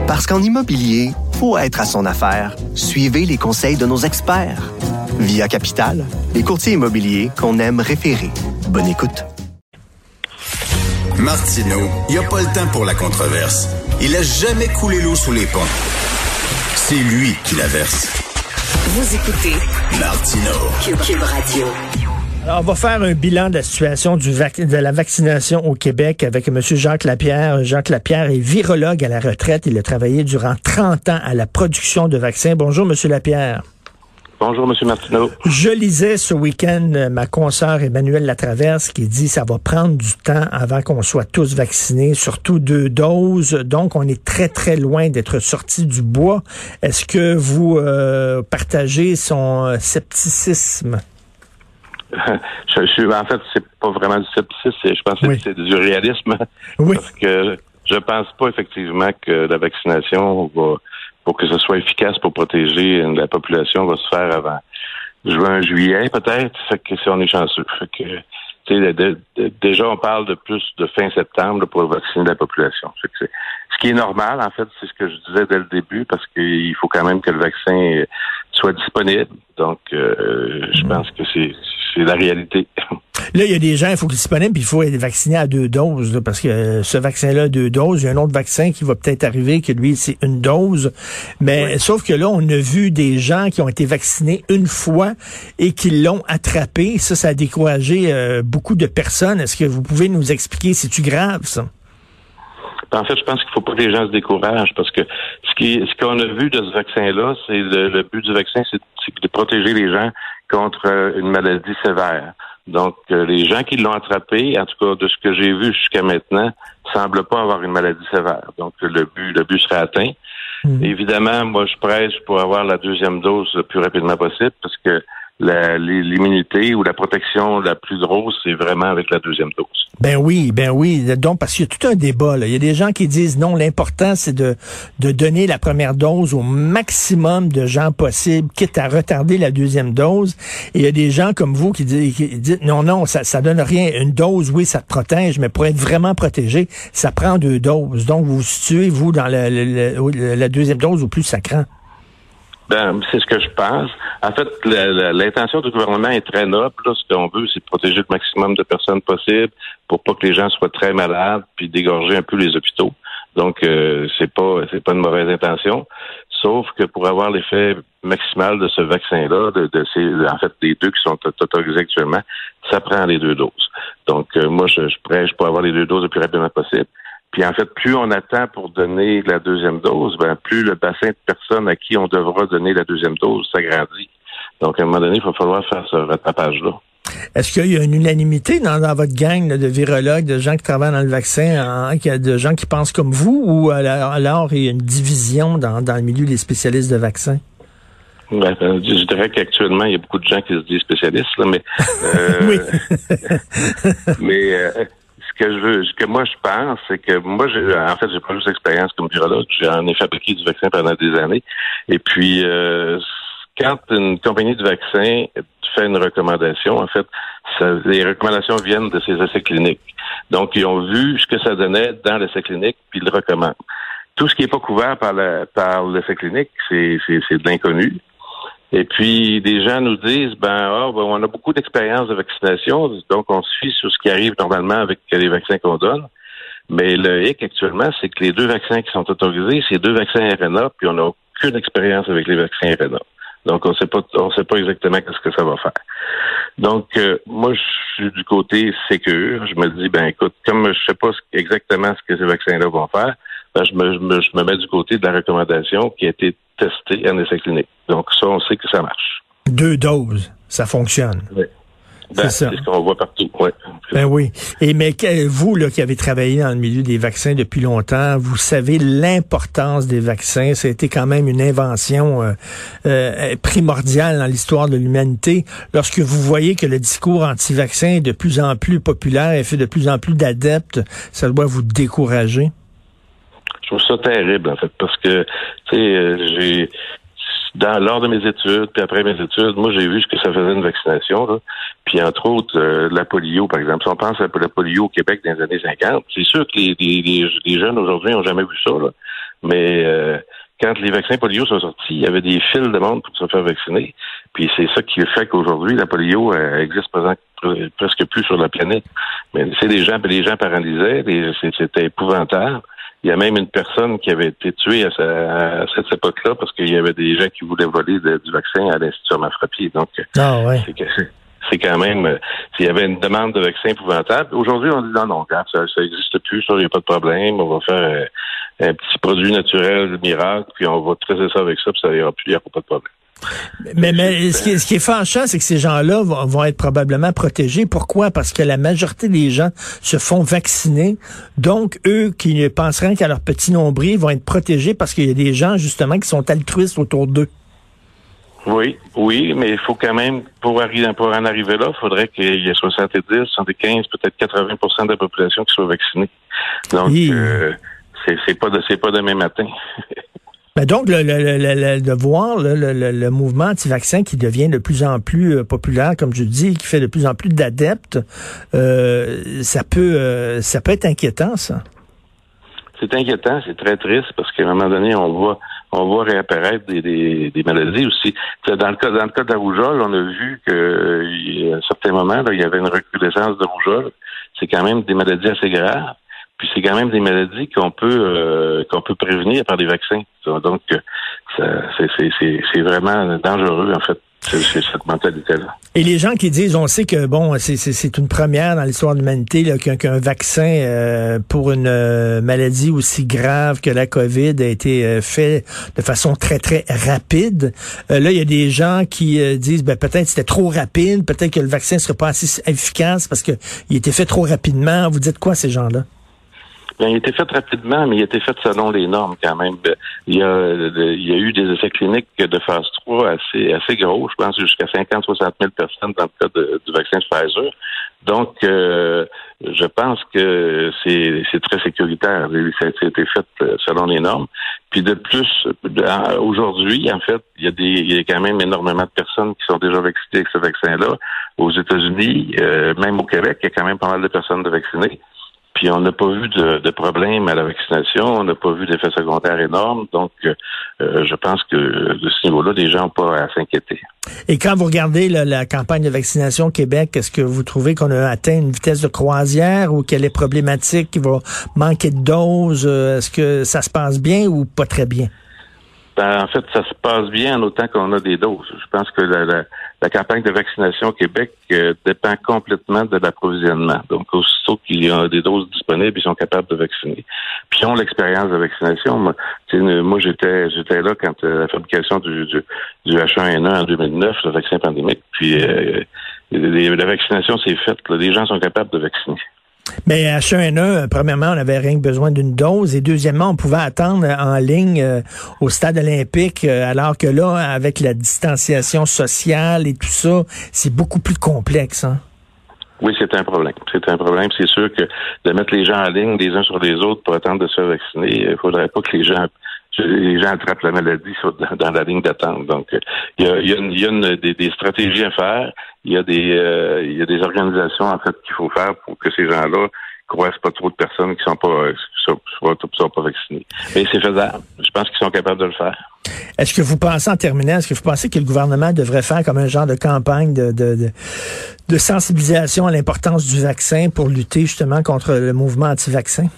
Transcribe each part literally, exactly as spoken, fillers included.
Parce qu'en immobilier, faut être à son affaire. Suivez les conseils de nos experts. Via Capital, les courtiers immobiliers qu'on aime référer. Bonne écoute. Martineau, il n'y a pas le temps pour la controverse. Il a jamais coulé l'eau sous les ponts. C'est lui qui la verse. Vous écoutez Martineau. Cube, Cube Radio. Alors, on va faire un bilan de la situation du vac- de la vaccination au Québec avec M. Jacques Lapierre. Jacques Lapierre est virologue à la retraite. Il a travaillé durant trente ans à la production de vaccins. Bonjour, M. Lapierre. Bonjour, M. Martineau. Je lisais ce week-end ma consoeur Emmanuelle Latraverse qui dit que ça va prendre du temps avant qu'on soit tous vaccinés, surtout deux doses. Donc, on est très, très loin d'être sorti du bois. Est-ce que vous euh, partagez son scepticisme? je, je suis, en fait, c'est pas vraiment du scepticisme, je pense que oui. c'est du réalisme. Oui. Parce que je pense pas effectivement que la vaccination va, pour que ce soit efficace pour protéger la population, va se faire avant juin, juillet peut-être. Fait que si on est chanceux. Fait que tu sais, de, de, déjà on parle de plus de fin septembre là, pour vacciner la population. Fait que c'est, ce qui est normal, en fait, c'est ce que je disais dès le début, parce qu'il faut quand même que le vaccin soit disponible. Donc, euh, je pense que c'est, c'est la réalité. Là, il y a des gens, il faut qu'ils soient disponibles, puis il faut être vacciné à deux doses, là, parce que euh, ce vaccin-là a deux doses. Il y a un autre vaccin qui va peut-être arriver, que lui, c'est une dose. Mais oui. Sauf que là, on a vu des gens qui ont été vaccinés une fois et qui l'ont attrapé. Ça, ça a découragé euh, beaucoup de personnes. Est-ce que vous pouvez nous expliquer, c'est-tu grave, ça? En fait, je pense qu'il ne faut pas que les gens se découragent, parce que ce qui, ce qu'on a vu de ce vaccin-là, c'est le, le but du vaccin, c'est, c'est de protéger les gens contre une maladie sévère. Donc, euh, les gens qui l'ont attrapé, en tout cas de ce que j'ai vu jusqu'à maintenant, semblent pas avoir une maladie sévère. Donc, le but, le but serait atteint. Mmh. Évidemment, moi, je prêche pour avoir la deuxième dose le plus rapidement possible, parce que La, l'immunité ou la protection la plus grosse, c'est vraiment avec la deuxième dose. Ben oui, ben oui. Donc, parce qu'il y a tout un débat, là. Il y a des gens qui disent non, l'important, c'est de, de donner la première dose au maximum de gens possible, quitte à retarder la deuxième dose. Et il y a des gens comme vous qui disent, qui disent non, non, ça, ça donne rien. Une dose, oui, ça te protège, mais pour être vraiment protégé, ça prend deux doses. Donc, vous vous situez, vous, dans le, le, le, la deuxième dose au plus sacrant. Ben, c'est ce que je pense. En fait, la, la, l'intention du gouvernement est très noble. Là. Ce qu'on veut, c'est protéger le maximum de personnes possible pour pas que les gens soient très malades, puis dégorger un peu les hôpitaux. Donc, euh, c'est pas c'est pas une mauvaise intention. Sauf que pour avoir l'effet maximal de ce vaccin-là, de, de ces, en fait, des deux qui sont autorisés actuellement, ça prend les deux doses. Donc, euh, moi, je, je prêche pour avoir les deux doses le plus rapidement possible. Puis en fait, plus on attend pour donner la deuxième dose, ben plus le bassin de personnes à qui on devra donner la deuxième dose s'agrandit. Donc à un moment donné, il va falloir faire ce rattrapage-là. Est-ce qu'il y a une unanimité dans, dans votre gang là, de virologues, de gens qui travaillent dans le vaccin, hein, de gens qui pensent comme vous, ou alors, alors il y a une division dans, dans le milieu des spécialistes de vaccins? Ben, je dirais qu'actuellement, il y a beaucoup de gens qui se disent spécialistes, là, mais euh, oui. mais euh, Ce que je veux, ce que moi je pense, c'est que moi, j'ai, en fait, j'ai pas juste d'expérience comme virologue. J'en ai fabriqué du vaccin pendant des années. Et puis, euh, quand une compagnie de vaccin fait une recommandation, en fait, ça, les recommandations viennent de ces essais cliniques. Donc, ils ont vu ce que ça donnait dans l'essai clinique, puis ils le recommandent. Tout ce qui n'est pas couvert par, la, par l'essai clinique, c'est, c'est, c'est de l'inconnu. Et puis, des gens nous disent, ben, oh, ben, on a beaucoup d'expérience de vaccination, donc on se fie sur ce qui arrive normalement avec les vaccins qu'on donne. Mais le hic actuellement, c'est que les deux vaccins qui sont autorisés, c'est deux vaccins R N A, puis on n'a aucune expérience avec les vaccins R N A. Donc, on sait pas, on sait pas exactement qu'est-ce que ça va faire. Donc, euh, moi, je suis du côté sécure. Je me dis, ben, écoute, comme je sais pas exactement ce que ces vaccins-là vont faire, ben, je me, je me, je me mets du côté de la recommandation qui a été testée en essai clinique. Donc, ça, on sait que ça marche. Deux doses, ça fonctionne. Oui. Ben, c'est ça. C'est ce qu'on voit partout, ouais. Ben oui. Et mais que, vous, là, qui avez travaillé dans le milieu des vaccins depuis longtemps, vous savez l'importance des vaccins. Ça a été quand même une invention euh, euh, primordiale dans l'histoire de l'humanité. Lorsque vous voyez que le discours anti-vaccin est de plus en plus populaire et fait de plus en plus d'adeptes, ça doit vous décourager? Je trouve ça terrible, en fait, parce que, tu sais, euh, j'ai... Dans, lors de mes études, puis après mes études, moi, j'ai vu ce que ça faisait une vaccination, là. Puis, entre autres, euh, la polio, par exemple. Si on pense à la polio au Québec dans les années cinquante, c'est sûr que les, les, les, les jeunes aujourd'hui n'ont jamais vu ça, là. Mais euh, quand les vaccins polio sont sortis, il y avait des files de monde pour se faire vacciner. Puis c'est ça qui fait qu'aujourd'hui, la polio elle existe présent, presque plus sur la planète. Mais c'est des gens, les gens paralysaient, les, c'était épouvantable. Il y a même une personne qui avait été tuée à, sa, à cette époque-là parce qu'il y avait des gens qui voulaient voler de, du vaccin à l'Institut Mafrappier. Donc, ah, ouais. c'est, c'est quand même... S'il y avait une demande de vaccin épouvantable, aujourd'hui, on dit non, non, regarde, ça n'existe plus, ça, il n'y a pas de problème. On va faire euh, un petit produit naturel miracle, puis on va traiter ça avec ça, puis ça n'ira plus, il n'y aura pas de problème. Mais, mais ce, qui est, ce qui est fâchant, c'est que ces gens-là vont, vont être probablement protégés. Pourquoi? Parce que la majorité des gens se font vacciner. Donc, eux qui ne penseraient qu'à leur petit nombril vont être protégés parce qu'il y a des gens, justement, qui sont altruistes autour d'eux. Oui, oui, mais il faut quand même, pour, arriver, pour en arriver là, il faudrait qu'il y ait soixante-dix, soixante-quinze, peut-être quatre-vingts pour cent de la population qui soit vaccinée. Donc, oui. euh, c'est, c'est pas de, c'est pas demain matin. Ben donc, le, le, le, le, de voir le, le, le mouvement anti-vaccin qui devient de plus en plus euh, populaire, comme je dis, qui fait de plus en plus d'adeptes, euh, ça peut euh, ça peut être inquiétant, ça. C'est inquiétant, c'est très triste, parce qu'à un moment donné, on voit on voit réapparaître des, des, des maladies aussi. Dans le cas dans le cas de la rougeole, on a vu que à un certain moment, là, il y avait une recrudescence de rougeole. C'est quand même des maladies assez graves. Puis c'est quand même des maladies qu'on peut euh, qu'on peut prévenir par des vaccins. Donc ça, c'est, c'est, c'est, c'est vraiment dangereux, en fait, c'est, c'est cette mentalité-là. Et les gens qui disent, on sait que bon, c'est, c'est, c'est une première dans l'histoire de l'humanité là, qu'un, qu'un vaccin euh, pour une euh, maladie aussi grave que la COVID a été euh, fait de façon très, très rapide. Euh, là, il y a des gens qui euh, disent, ben peut-être c'était trop rapide, peut-être que le vaccin ne serait pas assez efficace parce que il était fait trop rapidement. Vous dites quoi, ces gens-là? Bien, il a été fait rapidement, mais il a été fait selon les normes quand même. Il y a, il y a eu des essais cliniques de phase trois assez, assez gros, je pense jusqu'à cinquante à soixante mille personnes dans le cas de, du vaccin de Pfizer. Donc, euh, je pense que c'est, c'est très sécuritaire. Ça a été fait selon les normes. Puis de plus, aujourd'hui, en fait, il y a des, il y a quand même énormément de personnes qui sont déjà vaccinées avec ce vaccin-là. Aux États-Unis, euh, même au Québec, il y a quand même pas mal de personnes de vaccinées. Puis on n'a pas vu de, de problème à la vaccination, on n'a pas vu d'effets secondaires énormes, donc euh, je pense que de ce niveau-là, les gens n'ont pas à s'inquiéter. Et quand vous regardez là, la campagne de vaccination au Québec, est-ce que vous trouvez qu'on a atteint une vitesse de croisière ou qu'elle est problématique, qu'il va manquer de doses? Est-ce que ça se passe bien ou pas très bien? Ben, en fait, ça se passe bien en autant qu'on a des doses. Je pense que la, la, la campagne de vaccination au Québec euh, dépend complètement de l'approvisionnement. Donc, aussitôt qu'il y a des doses disponibles, ils sont capables de vacciner. Puis, ils ont l'expérience de vaccination. Moi, moi j'étais j'étais là quand euh, la fabrication du, du, du H un N un en deux mille neuf, le vaccin pandémique. Puis, euh, les, la vaccination s'est faite. Là, les gens sont capables de vacciner. Mais H un N un, premièrement, on n'avait rien que besoin d'une dose. Et deuxièmement, on pouvait attendre en ligne euh, au stade olympique, euh, alors que là, avec la distanciation sociale et tout ça, c'est beaucoup plus complexe. Hein? Oui, c'est un problème. C'est un problème. C'est sûr que de mettre les gens en ligne les uns sur les autres pour attendre de se faire vacciner, il ne faudrait pas que les gens les gens attrapent la maladie sur, dans, dans la ligne d'attente. Donc, il y a, y a, une, y a une, des, des stratégies à faire. Il y a des euh, il y a des organisations en fait qu'il faut faire pour que ces gens-là croisent pas trop de personnes qui sont pas qui sont, qui sont pas vaccinées. Mais c'est faisable. Je pense qu'ils sont capables de le faire. Est-ce que vous pensez, en terminant, est-ce que vous pensez que le gouvernement devrait faire comme un genre de campagne de de, de, de sensibilisation à l'importance du vaccin pour lutter justement contre le mouvement anti-vaccin?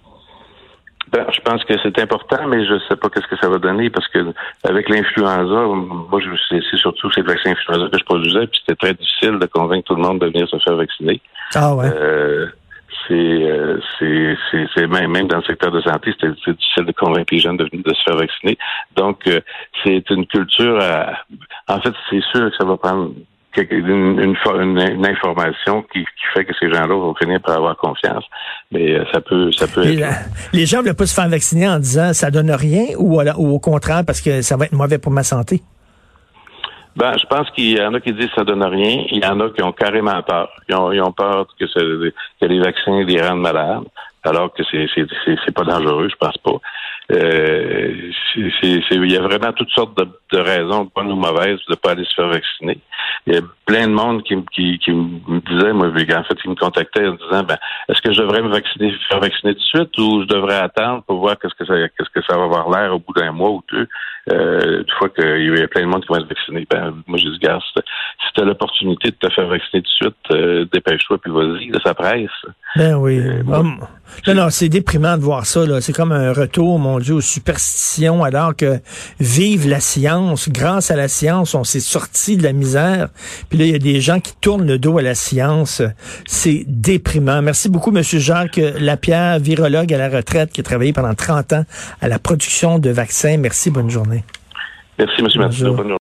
Ben, je pense que c'est important, mais je sais pas qu'est-ce que ça va donner parce que avec l'influenza, moi, je, c'est, c'est surtout ces vaccins influenza que je produisais, puis c'était très difficile de convaincre tout le monde de venir se faire vacciner. Ah ouais. Euh, c'est, euh, c'est, c'est, c'est même, même dans le secteur de santé, c'était c'est difficile de convaincre les gens de venir de se faire vacciner. Donc, euh, c'est une culture. À, en fait, c'est sûr que ça va prendre Une, une, une, une information qui, qui fait que ces gens-là vont finir par avoir confiance. Mais euh, ça peut ça peut être... La, les gens ne veulent pas se faire vacciner en disant ça donne rien ou, ou au contraire parce que ça va être mauvais pour ma santé? Ben, je pense qu'il y en a qui disent que ça donne rien. Il y en a qui ont carrément peur. Ils ont, ils ont peur que, ça, que les vaccins les rendent malades, alors que c'est c'est, c'est, c'est pas dangereux, je pense pas. Euh, c'est, c'est, c'est, il y a vraiment toutes sortes de, de raisons, bonnes ou mauvaises, de ne pas aller se faire vacciner. il y a plein de monde qui, qui, qui me disait, moi, en fait, qui me contactait en disant, ben, est-ce que je devrais me vacciner, faire vacciner tout de suite ou je devrais attendre pour voir qu'est-ce que ça, qu'est-ce que ça va avoir l'air au bout d'un mois ou deux, euh, une fois qu'il y a plein de monde qui va se vacciner. Ben, moi, je dis, gars, si tu as l'opportunité de te faire vacciner tout de suite, euh, dépêche-toi puis vas-y, là, ça presse. Ben oui. Euh, moi, um, non, non, c'est déprimant de voir ça, là. C'est comme un retour, mon Dieu, aux superstitions, alors que vive la science. Grâce à la science, on s'est sorti de la misère. Puis là, il y a des gens qui tournent le dos à la science. C'est déprimant. Merci beaucoup, M. Jacques Lapierre, virologue à la retraite, qui a travaillé pendant trente ans à la production de vaccins. Merci, bonne journée. Merci, M. Martineau. Bonne journée.